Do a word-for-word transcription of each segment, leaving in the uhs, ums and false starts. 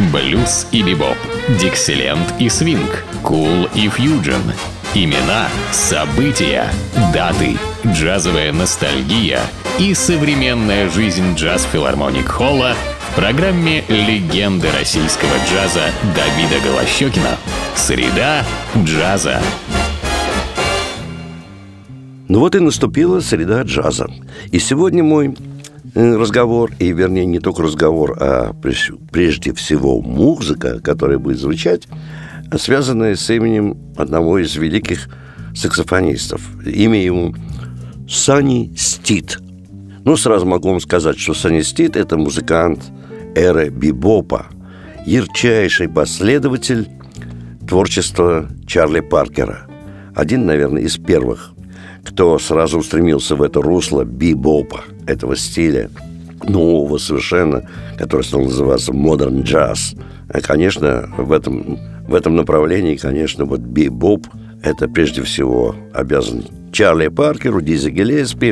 блюз и бибоп, диксиленд и свинг, кул и фьюджен. Имена, события, даты, джазовая ностальгия и современная жизнь джаз-филармоник Холла в программе «Легенды российского джаза» Давида Голощёкина. Среда джаза. Ну вот и наступила среда джаза. И сегодня мой разговор, и вернее не только разговор, а прежде всего музыка, которая будет звучать, связанная с именем одного из великих саксофонистов. Имя ему Сонни Стит. Ну, сразу могу вам сказать, что Сонни Стит – это музыкант эры бибопа, ярчайший последователь творчества Чарли Паркера. Один, наверное, из первых, кто сразу устремился в это русло бибопа, этого стиля, нового совершенно, который стал называться модерн джаз. А, конечно, в этом, в этом направлении, конечно, вот бибоп – это прежде всего обязан Чарли Паркеру, Дизи Гиллеспи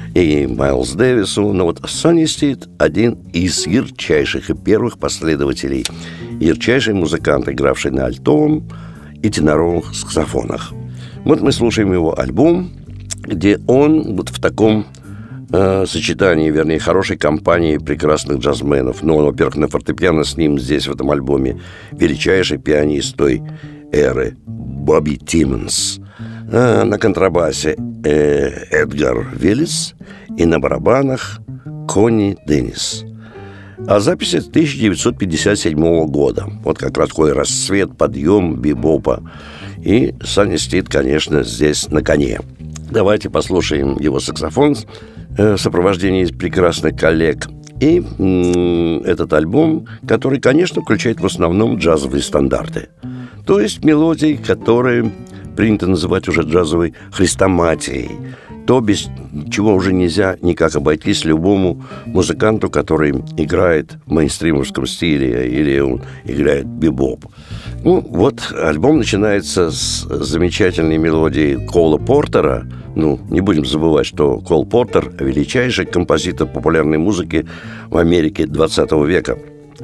и Майлз Дэвису. Но вот Сонни Стит – один из ярчайших и первых последователей, ярчайший музыкант, игравший на альтовом и теноровых саксофонах. Вот мы слушаем его альбом, где он вот в таком э, сочетании, вернее, хорошей компании прекрасных джазменов. Ну, он, во-первых, на фортепиано с ним здесь, в этом альбоме, величайший пианист той эры Бобби Тиммонс. А на контрабасе э, Эдгар Виллис и на барабанах Конни Деннис. А запись от тысяча девятьсот пятьдесят седьмого года. Вот как раз такой расцвет, подъем бибопа. И Сонни Стит, конечно, здесь на коне. Давайте послушаем его саксофон в сопровождении прекрасных коллег. И м- этот альбом, который, конечно, включает в основном джазовые стандарты. То есть мелодии, которые принято называть уже джазовой хрестоматией. То, без чего уже нельзя никак обойтись любому музыканту, который играет в мейнстримовском стиле или он играет бибоп. Ну, вот альбом начинается с замечательной мелодии Кола Портера. Ну, не будем забывать, что Кол Портер – величайший композитор популярной музыки в Америке двадцатого века.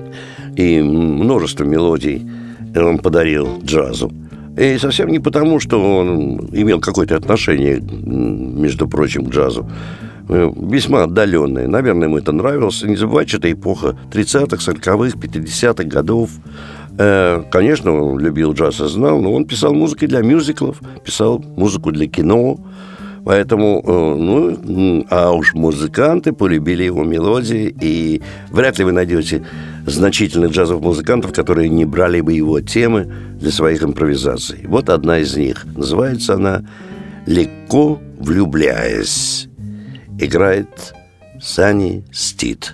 И множество мелодий он подарил джазу. И совсем не потому, что он имел какое-то отношение, между прочим, к джазу. Весьма отдаленное. Наверное, ему это нравилось. Не забывайте, что это эпоха тридцатых, сороковых, пятидесятых годов. Конечно, он любил джаз и знал, но он писал музыку для мюзиклов, писал музыку для кино. Поэтому, ну, а уж музыканты полюбили его мелодии, и вряд ли вы найдете значительных джазовых музыкантов, которые не брали бы его темы для своих импровизаций. Вот одна из них. Называется она «Легко влюбляясь». Играет Сонни Стит.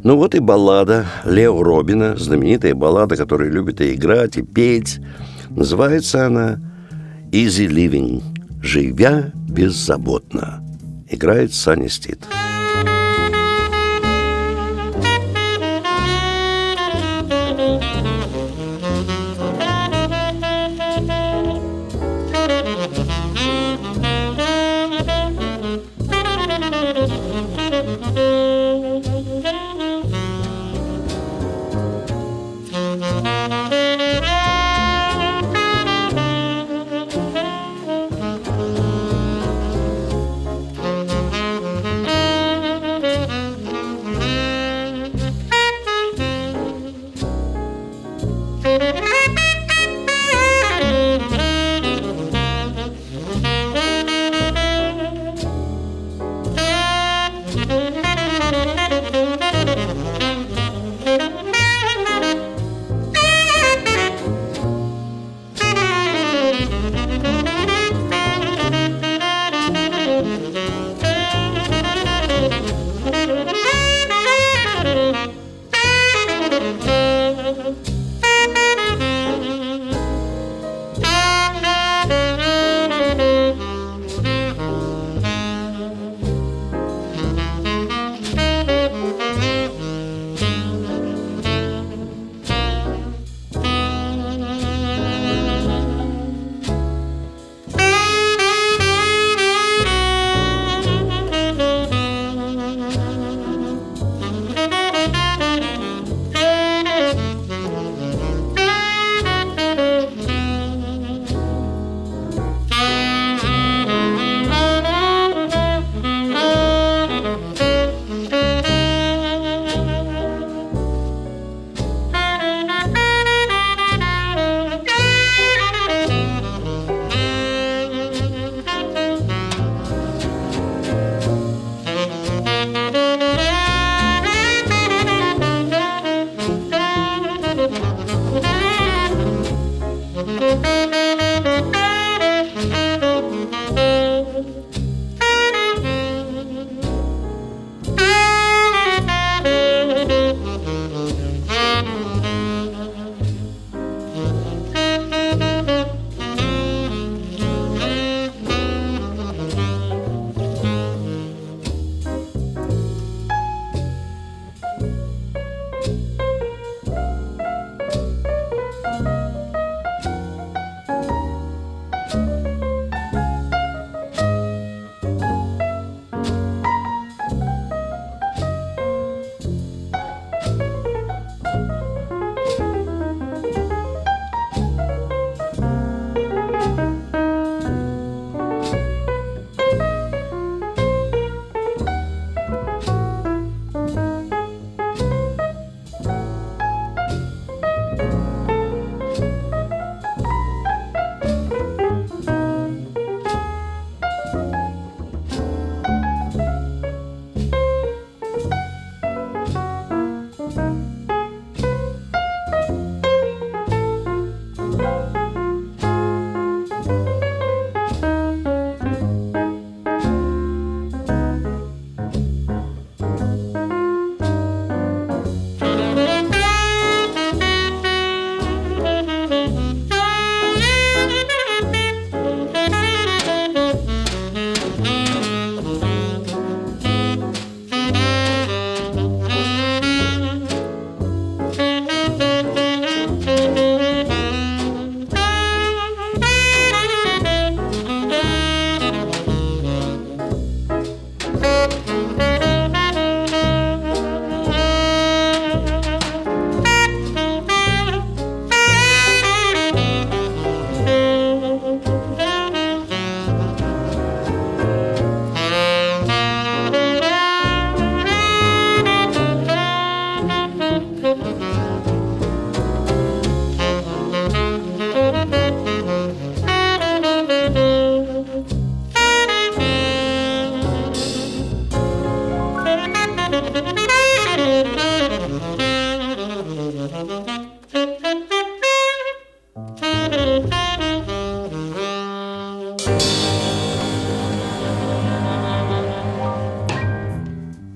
Ну вот и баллада Лео Робина, знаменитая баллада, которую любят и играть, и петь. Называется она «Easy Living», «Живя беззаботно». Играет Санни Стит.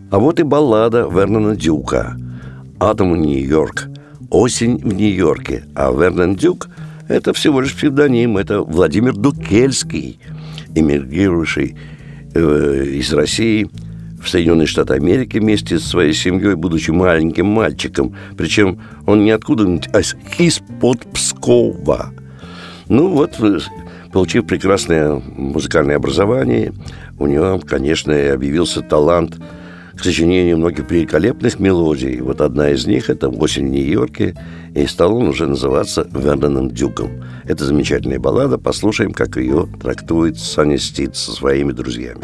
А вот и баллада Вернона Дюка «Autumn in New York», «Осень в Нью-Йорке». А Вернон Дюк – это всего лишь псевдоним, это Владимир Дукельский, эмигрировавший э, из России в Соединенные Штаты Америки вместе со своей семьей, будучи маленьким мальчиком. Причем он не откуда-нибудь, а из-под Пскова. Ну вот, получив прекрасное музыкальное образование, у него, конечно, и объявился талант к сочинению многих великолепных мелодий. Вот одна из них – это «Осень в Нью-Йорке», и стал он уже называться Верноном Дюком. Это замечательная баллада. Послушаем, как ее трактует Сонни Стит со своими друзьями.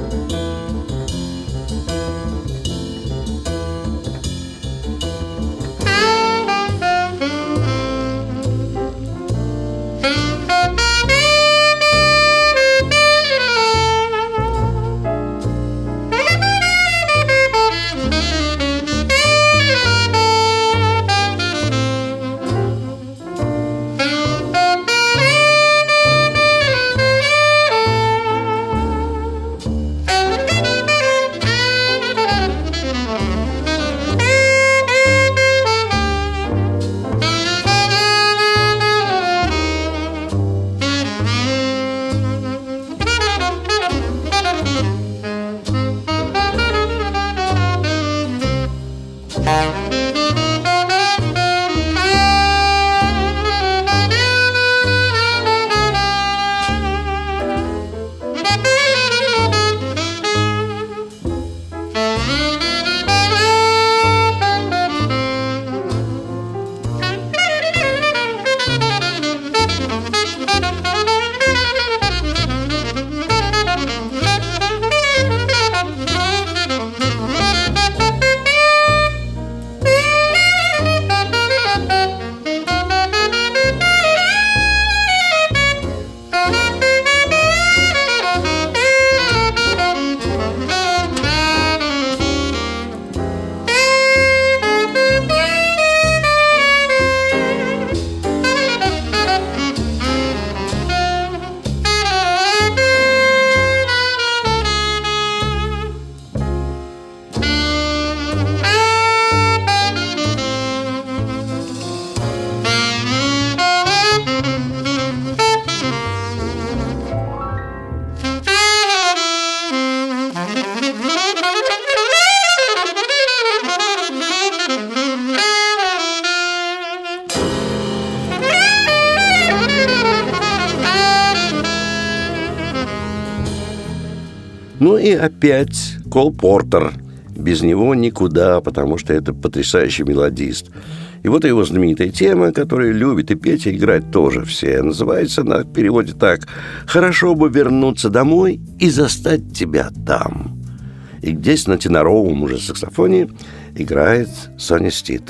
Ну и опять Кол Портер. Без него никуда, потому что это потрясающий мелодист. И вот его знаменитая тема, которую любят и петь, и играть тоже все. Называется она в переводе так: «Хорошо бы вернуться домой и застать тебя там». И здесь на теноровом уже саксофоне играет Сонни Стит.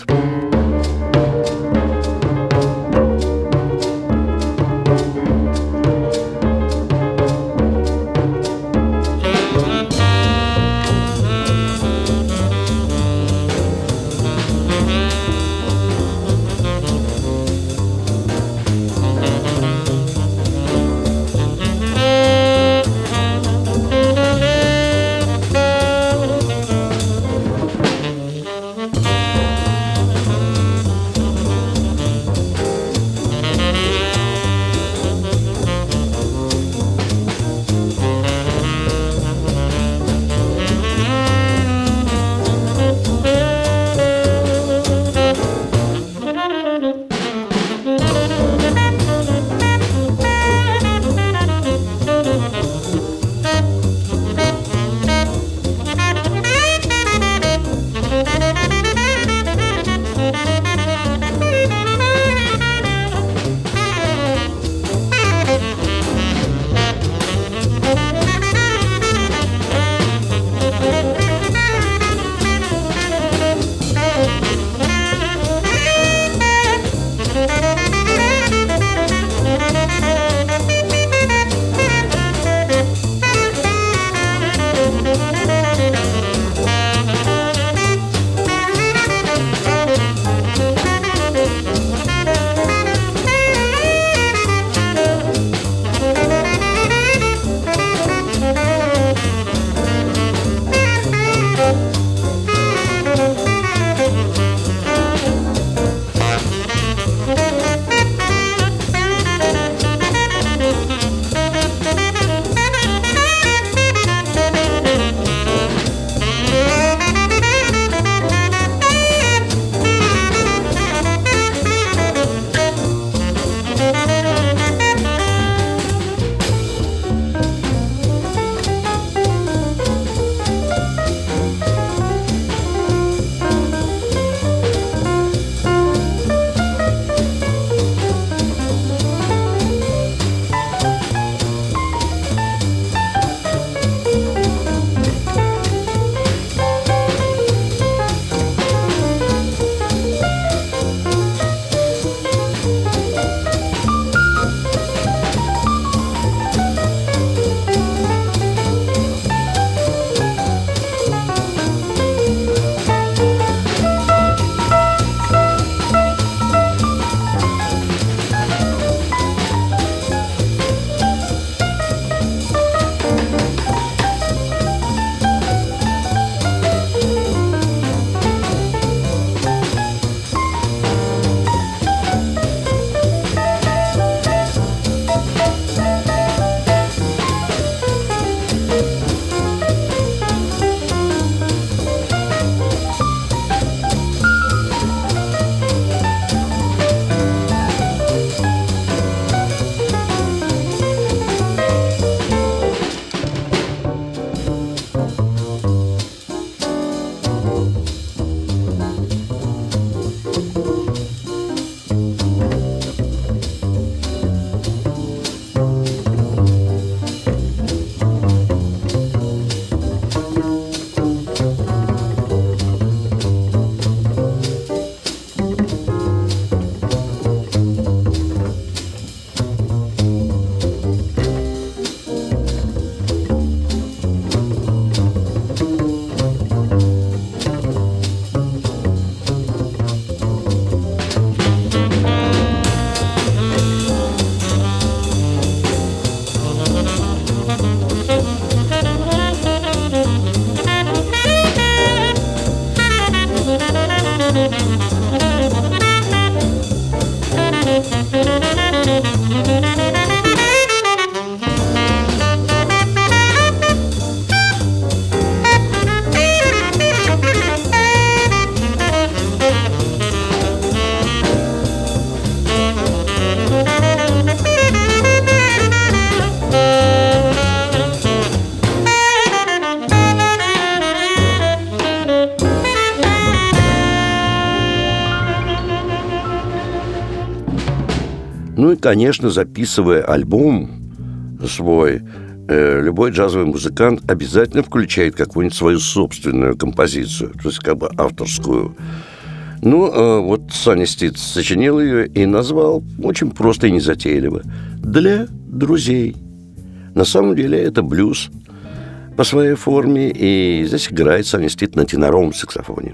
Ну и, конечно, записывая альбом свой, э, любой джазовый музыкант обязательно включает какую-нибудь свою собственную композицию, то есть как бы авторскую. Ну, э, вот Санни Стиц сочинил ее и назвал очень просто и незатейливо «Для друзей». На самом деле это блюз по своей форме, и здесь играет Санни Стиц на теноровом саксофоне.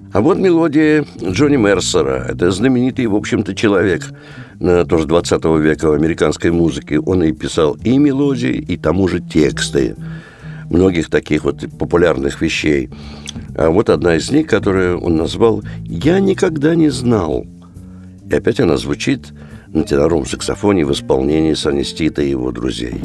А вот мелодия Джонни Мерсера. Это знаменитый, в общем-то, человек тоже двадцатого века в американской музыке. Он и писал и мелодии, и тому же тексты многих таких вот популярных вещей. А вот одна из них, которую он назвал «Я никогда не знал». И опять она звучит на теноровом саксофоне в исполнении Санни Стита и его друзей.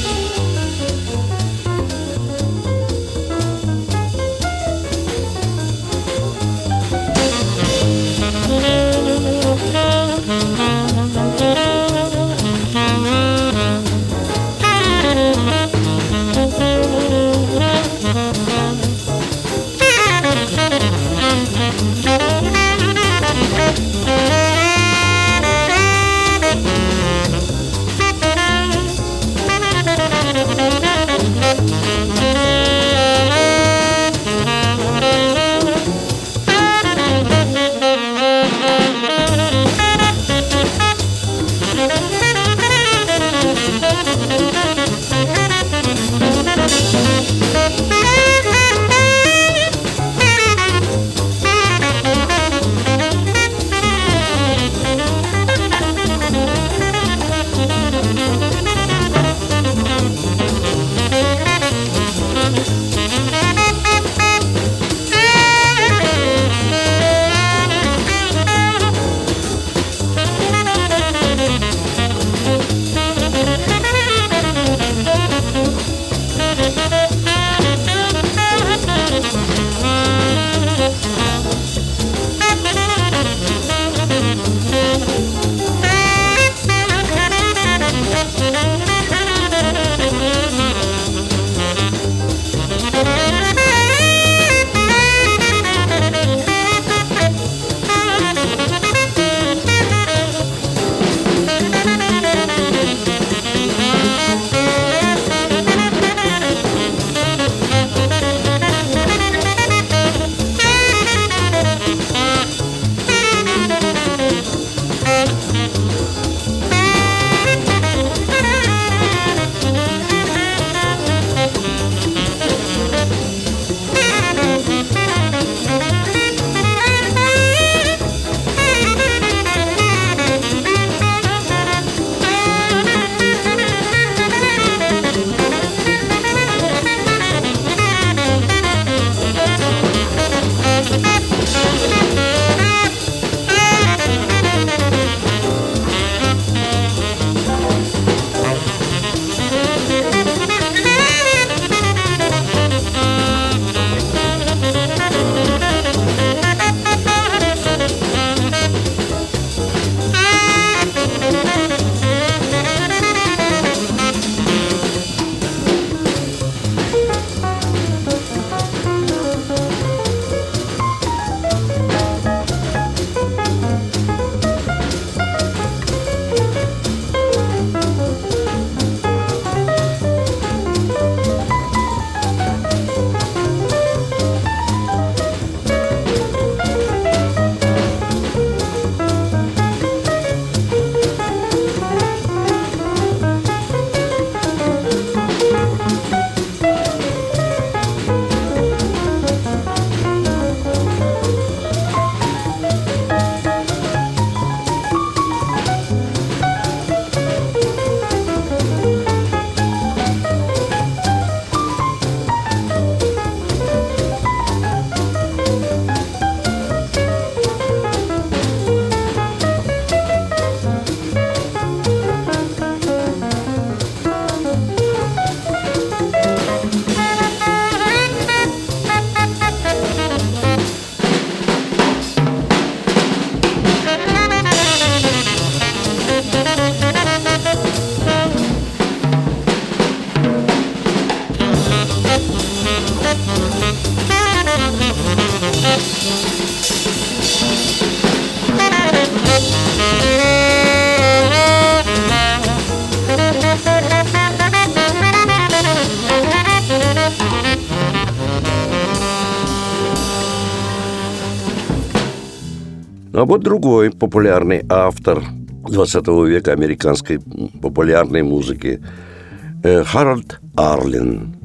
А вот другой популярный автор двадцатого века американской популярной музыки — Харальд Арлин.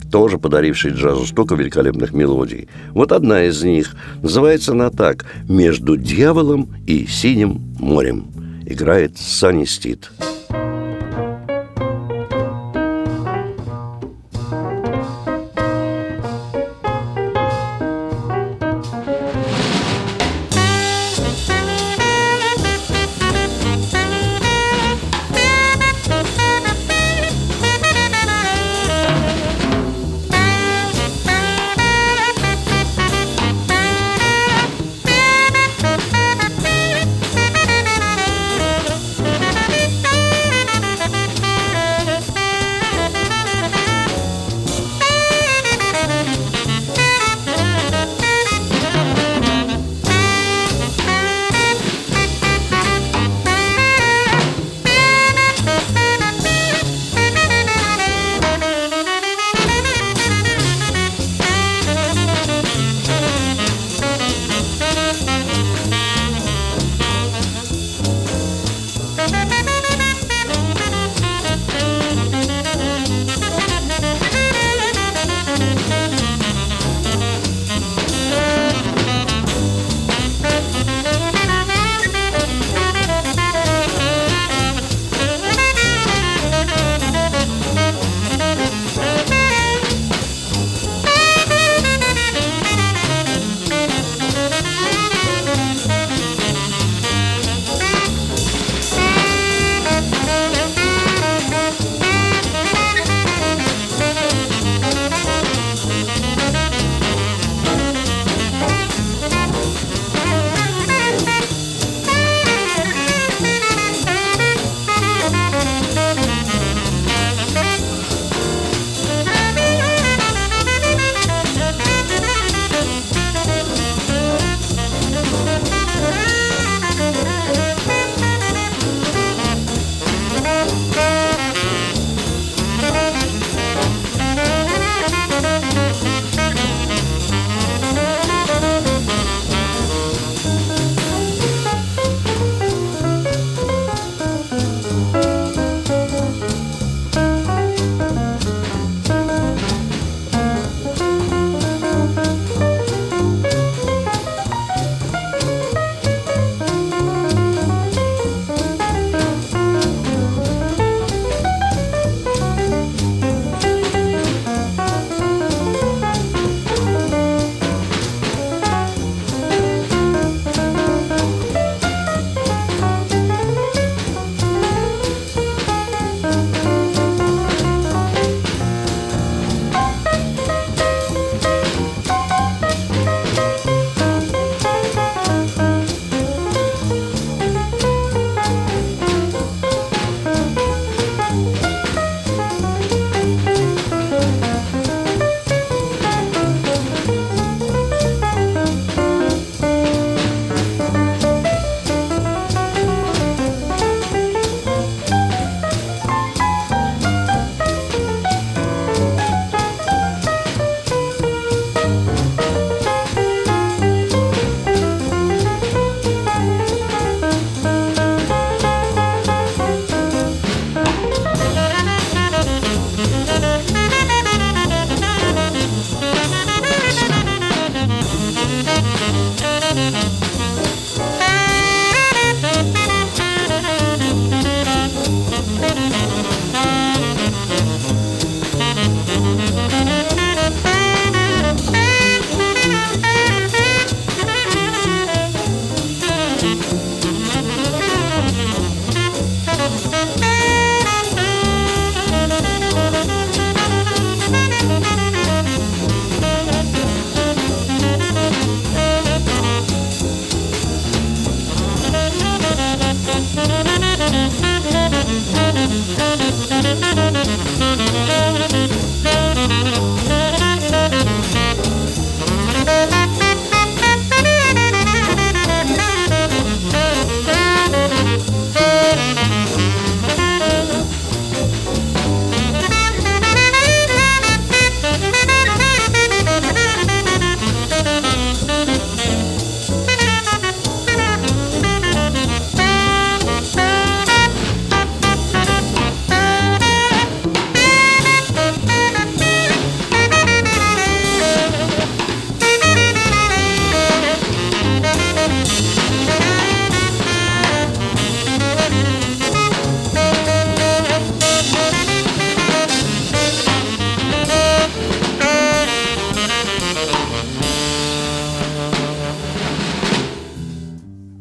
тоже подаривший джазу столько великолепных мелодий. Вот одна из них. Называется она так: «Между дьяволом и синим морем». Играет Санни Стит.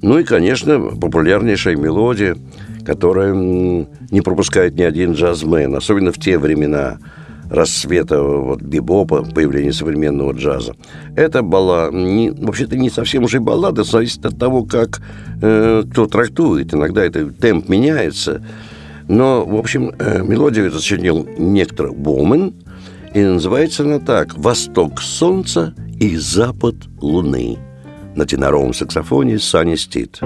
Ну и, конечно, популярнейшая мелодия, которая не пропускает ни один джазмен, особенно в те времена расцвета вот, бибопа, появления современного джаза. Это баллада, не, вообще-то не совсем уже баллада, зависит от того, как э, кто трактует. Иногда это темп меняется. Но, в общем, э, мелодию это сочинил некто Боуман, и называется она так: «Восток солнца и запад луны». На теноровом саксофоне Санни Стит.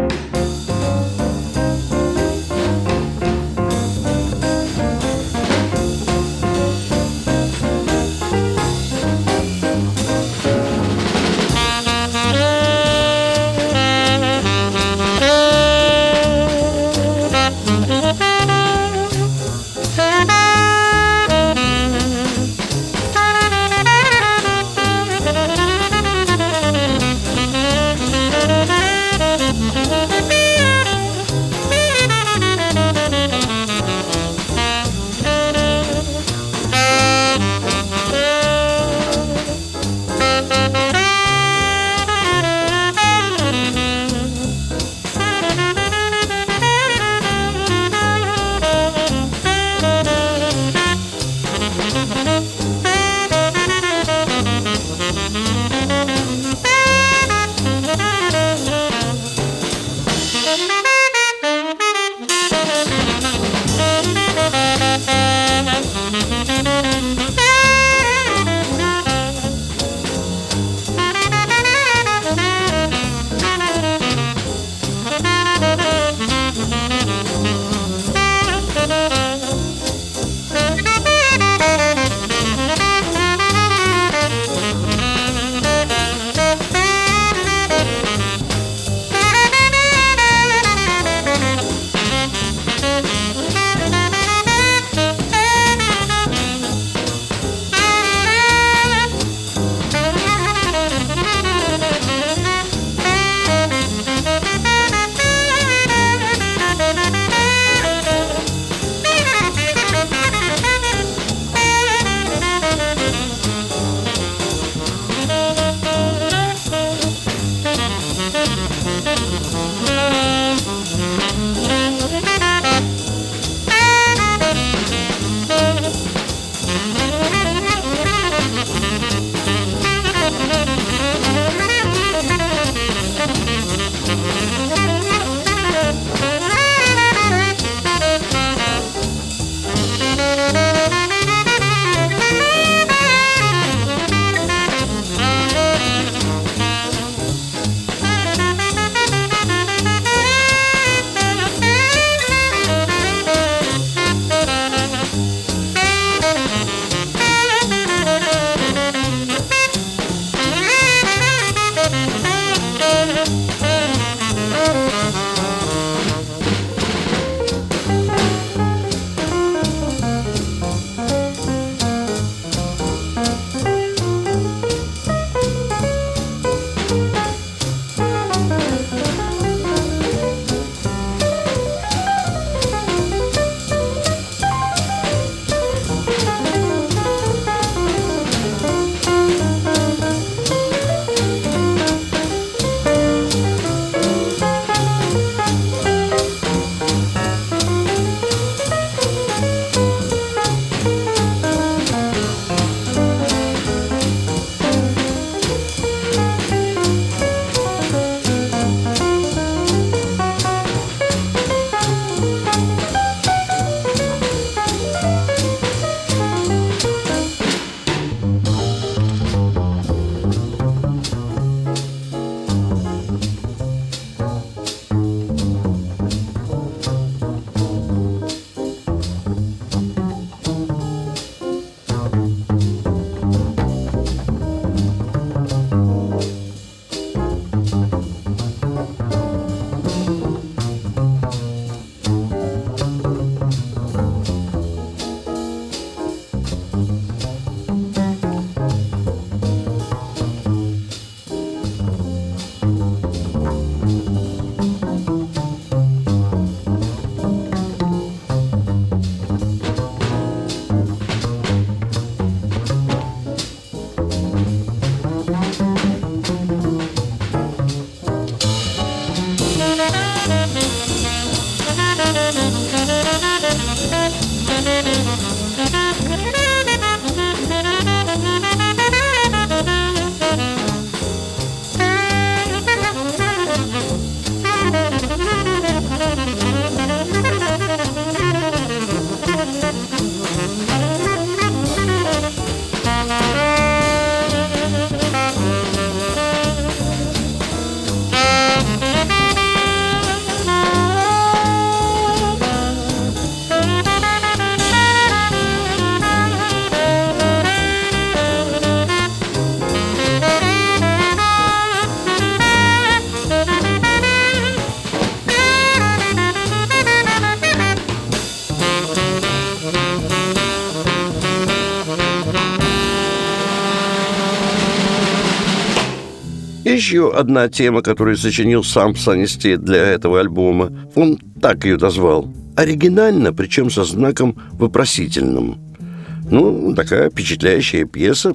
Еще одна тема, которую сочинил сам Санни Стейт для этого альбома. Он так ее назвал. Оригинально, причем со знаком вопросительным. Ну, такая впечатляющая пьеса.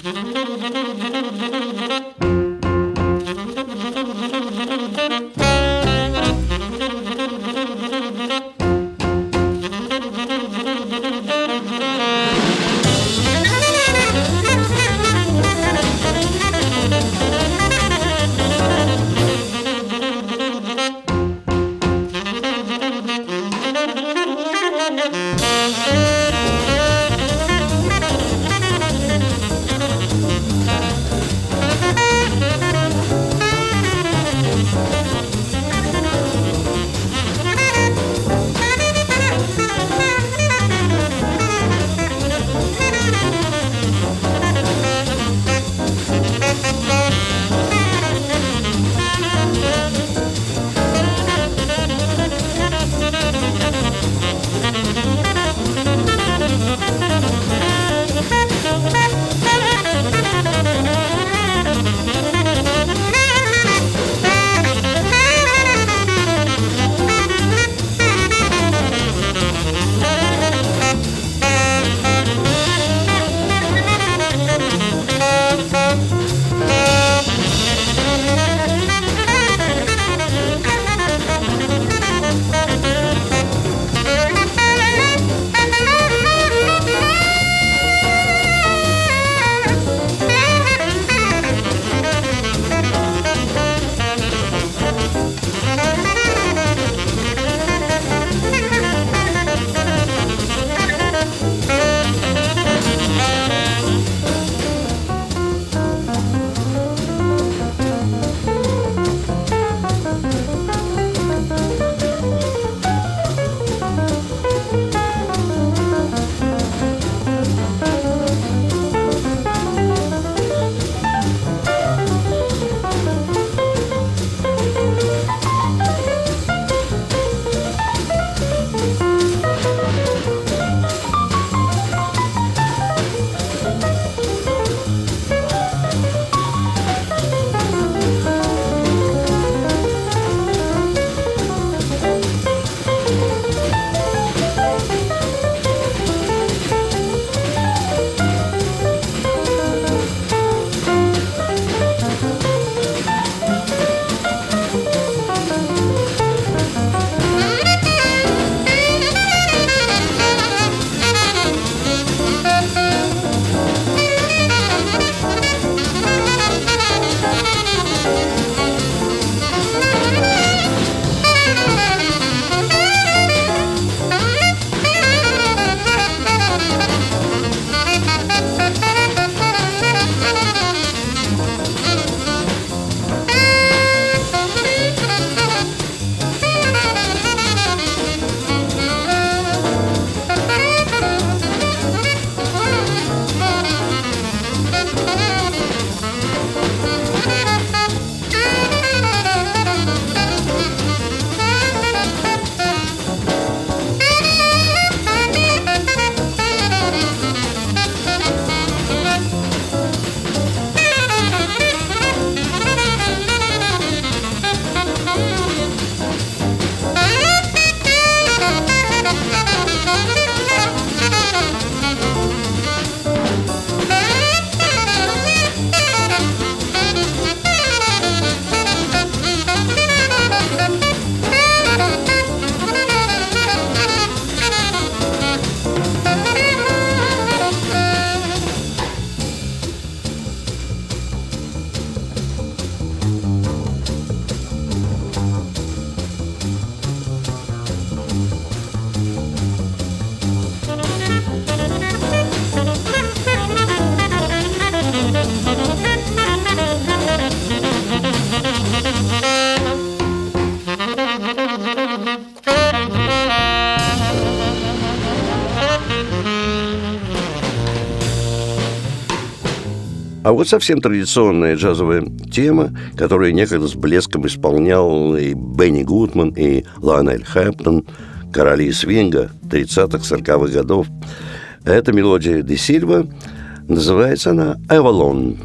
А вот совсем традиционная джазовая тема, которую некогда с блеском исполнял и Бенни Гудман, и Лайонель Хэмптон, короли свинга тридцатых-сороковых годов. Эта мелодия Де Сильва, называется она «Avalon».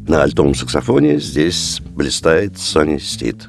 На альтовом саксофоне здесь блистает Санни Стит.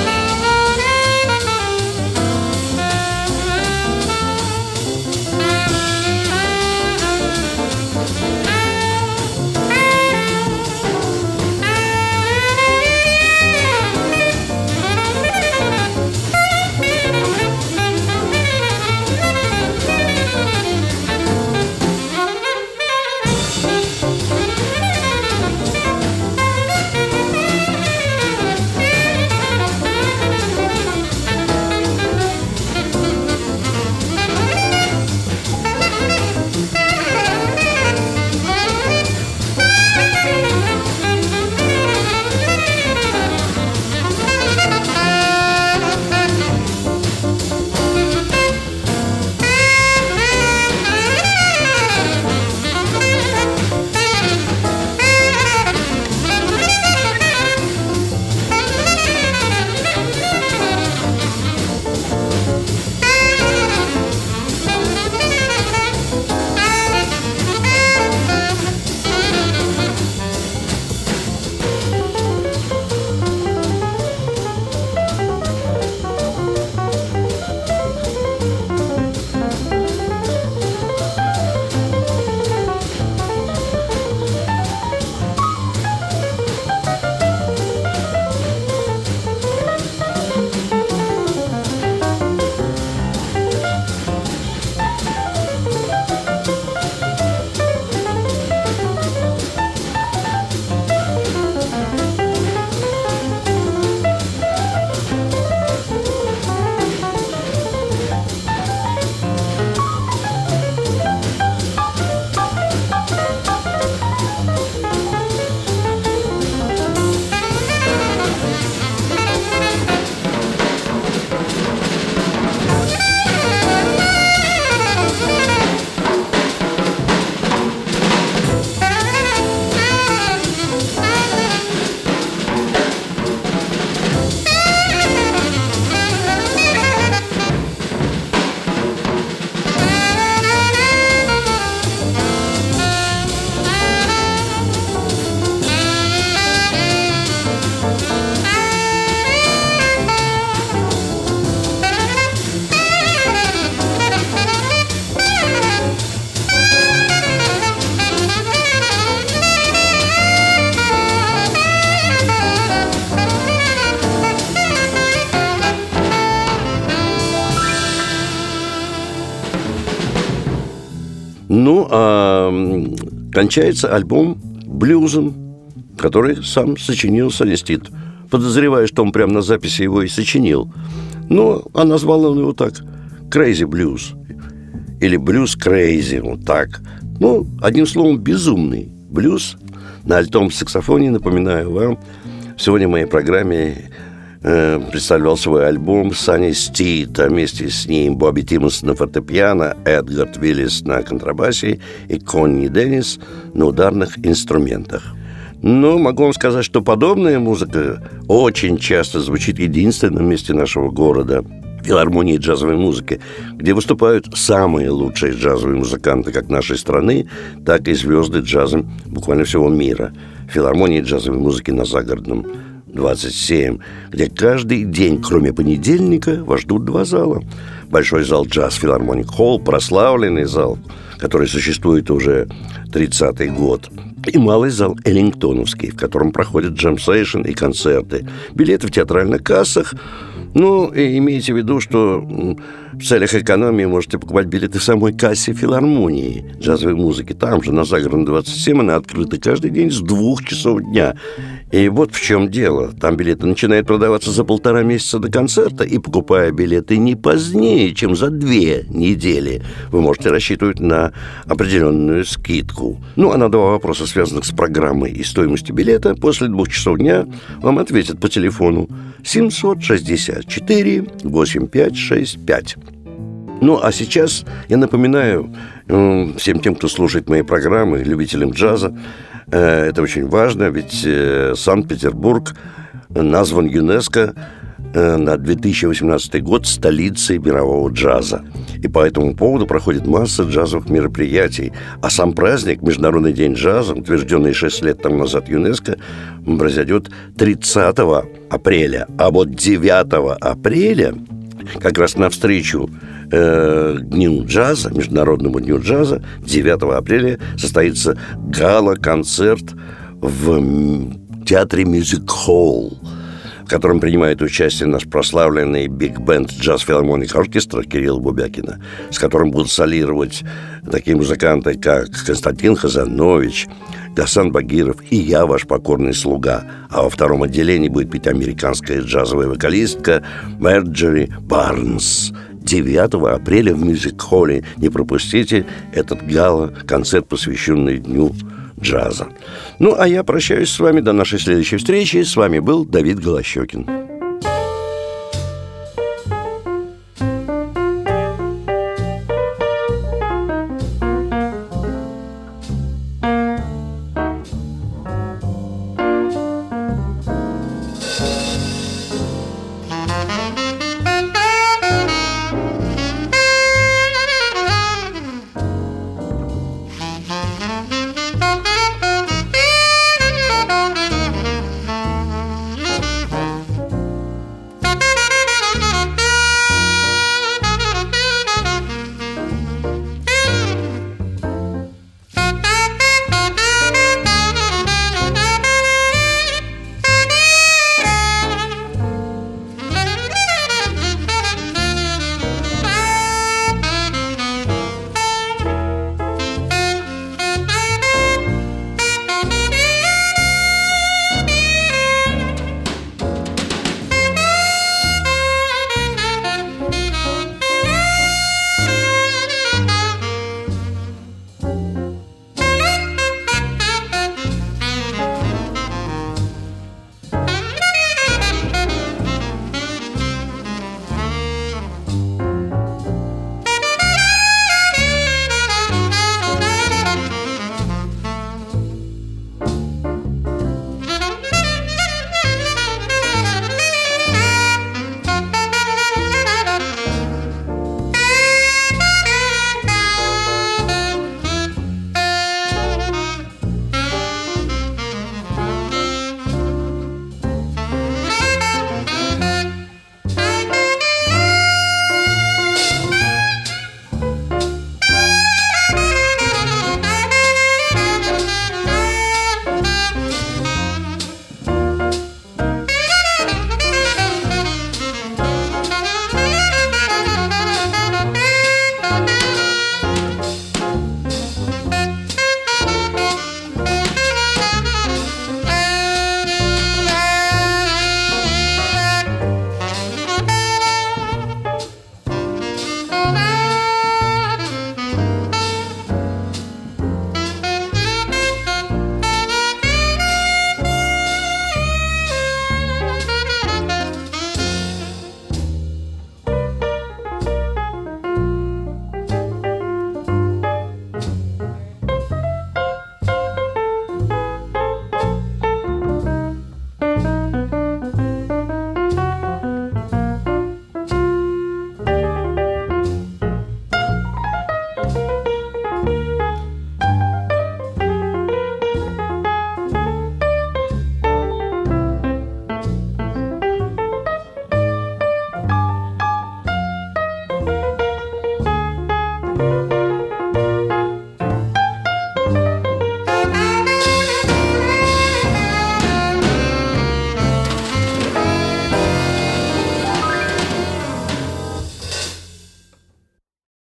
Ну, а кончается альбом блюзом, который сам сочинил Санни Стит. Подозреваю, что он прямо на записи его и сочинил. Но а назвал он его так – Crazy Blues. Или Blues Crazy, вот так. Ну, одним словом, безумный блюз. На альтовом саксофоне, напоминаю вам, сегодня в моей программе э, представлял свой альбом Санни Стит, а вместе с ним Бобби Тиммонс на фортепиано, Эдгард Виллис на контрабасе и Конни Деннис на ударных инструментах. Но могу вам сказать, что подобная музыка очень часто звучит в единственном месте нашего города – филармонии джазовой музыки, где выступают самые лучшие джазовые музыканты как нашей страны, так и звезды джаза буквально всего мира. Филармонии джазовой музыки на Загородном двадцать семь, где каждый день, кроме понедельника, вас ждут два зала. Большой зал Джаз Филармоник Холл, прославленный зал, который существует уже тридцатый год, и малый зал Эллингтоновский, в котором проходят джем-сейшн и концерты. Билеты в театральных кассах. Ну, и имейте в виду, что в целях экономии можете покупать билеты в самой кассе филармонии джазовой музыки. Там же, на Загородном двадцать семь, она открыта каждый день с двух часов дня. И вот в чем дело. Там билеты начинают продаваться за полтора месяца до концерта, и, покупая билеты не позднее, чем за две недели, вы можете рассчитывать на определенную скидку. Ну, а на два вопроса, связанных с программой и стоимостью билета, после двух часов дня вам ответят по телефону семьсот шестьдесят четыре восемьдесят пять шестьдесят пять. Ну, а сейчас я напоминаю э, всем тем, кто слушает мои программы, любителям джаза, э, это очень важно, ведь э, Санкт-Петербург назван ЮНЕСКО на две тысячи восемнадцатый год столицей мирового джаза. И по этому поводу проходит масса джазовых мероприятий. А сам праздник, Международный день джаза, утвержденный шесть лет тому назад ЮНЕСКО, произойдет тридцатого апреля. А вот девятого апреля, как раз навстречу э, Дню джаза, Международному дню джаза, девятого апреля состоится гала-концерт в театре Music Hall, в котором принимает участие наш прославленный биг-бенд Jazz Philharmonic Orchestra Кирилла Бубякина, с которым будут солировать такие музыканты, как Константин Хазанович, Гасан Багиров и я, ваш покорный слуга. А во втором отделении будет петь американская джазовая вокалистка Марджори Барнс. девятого апреля в Мюзик-холле. Не пропустите этот гала-концерт, посвященный Дню джаза. Ну, а я прощаюсь с вами до нашей следующей встречи. С вами был Давид Голощёкин.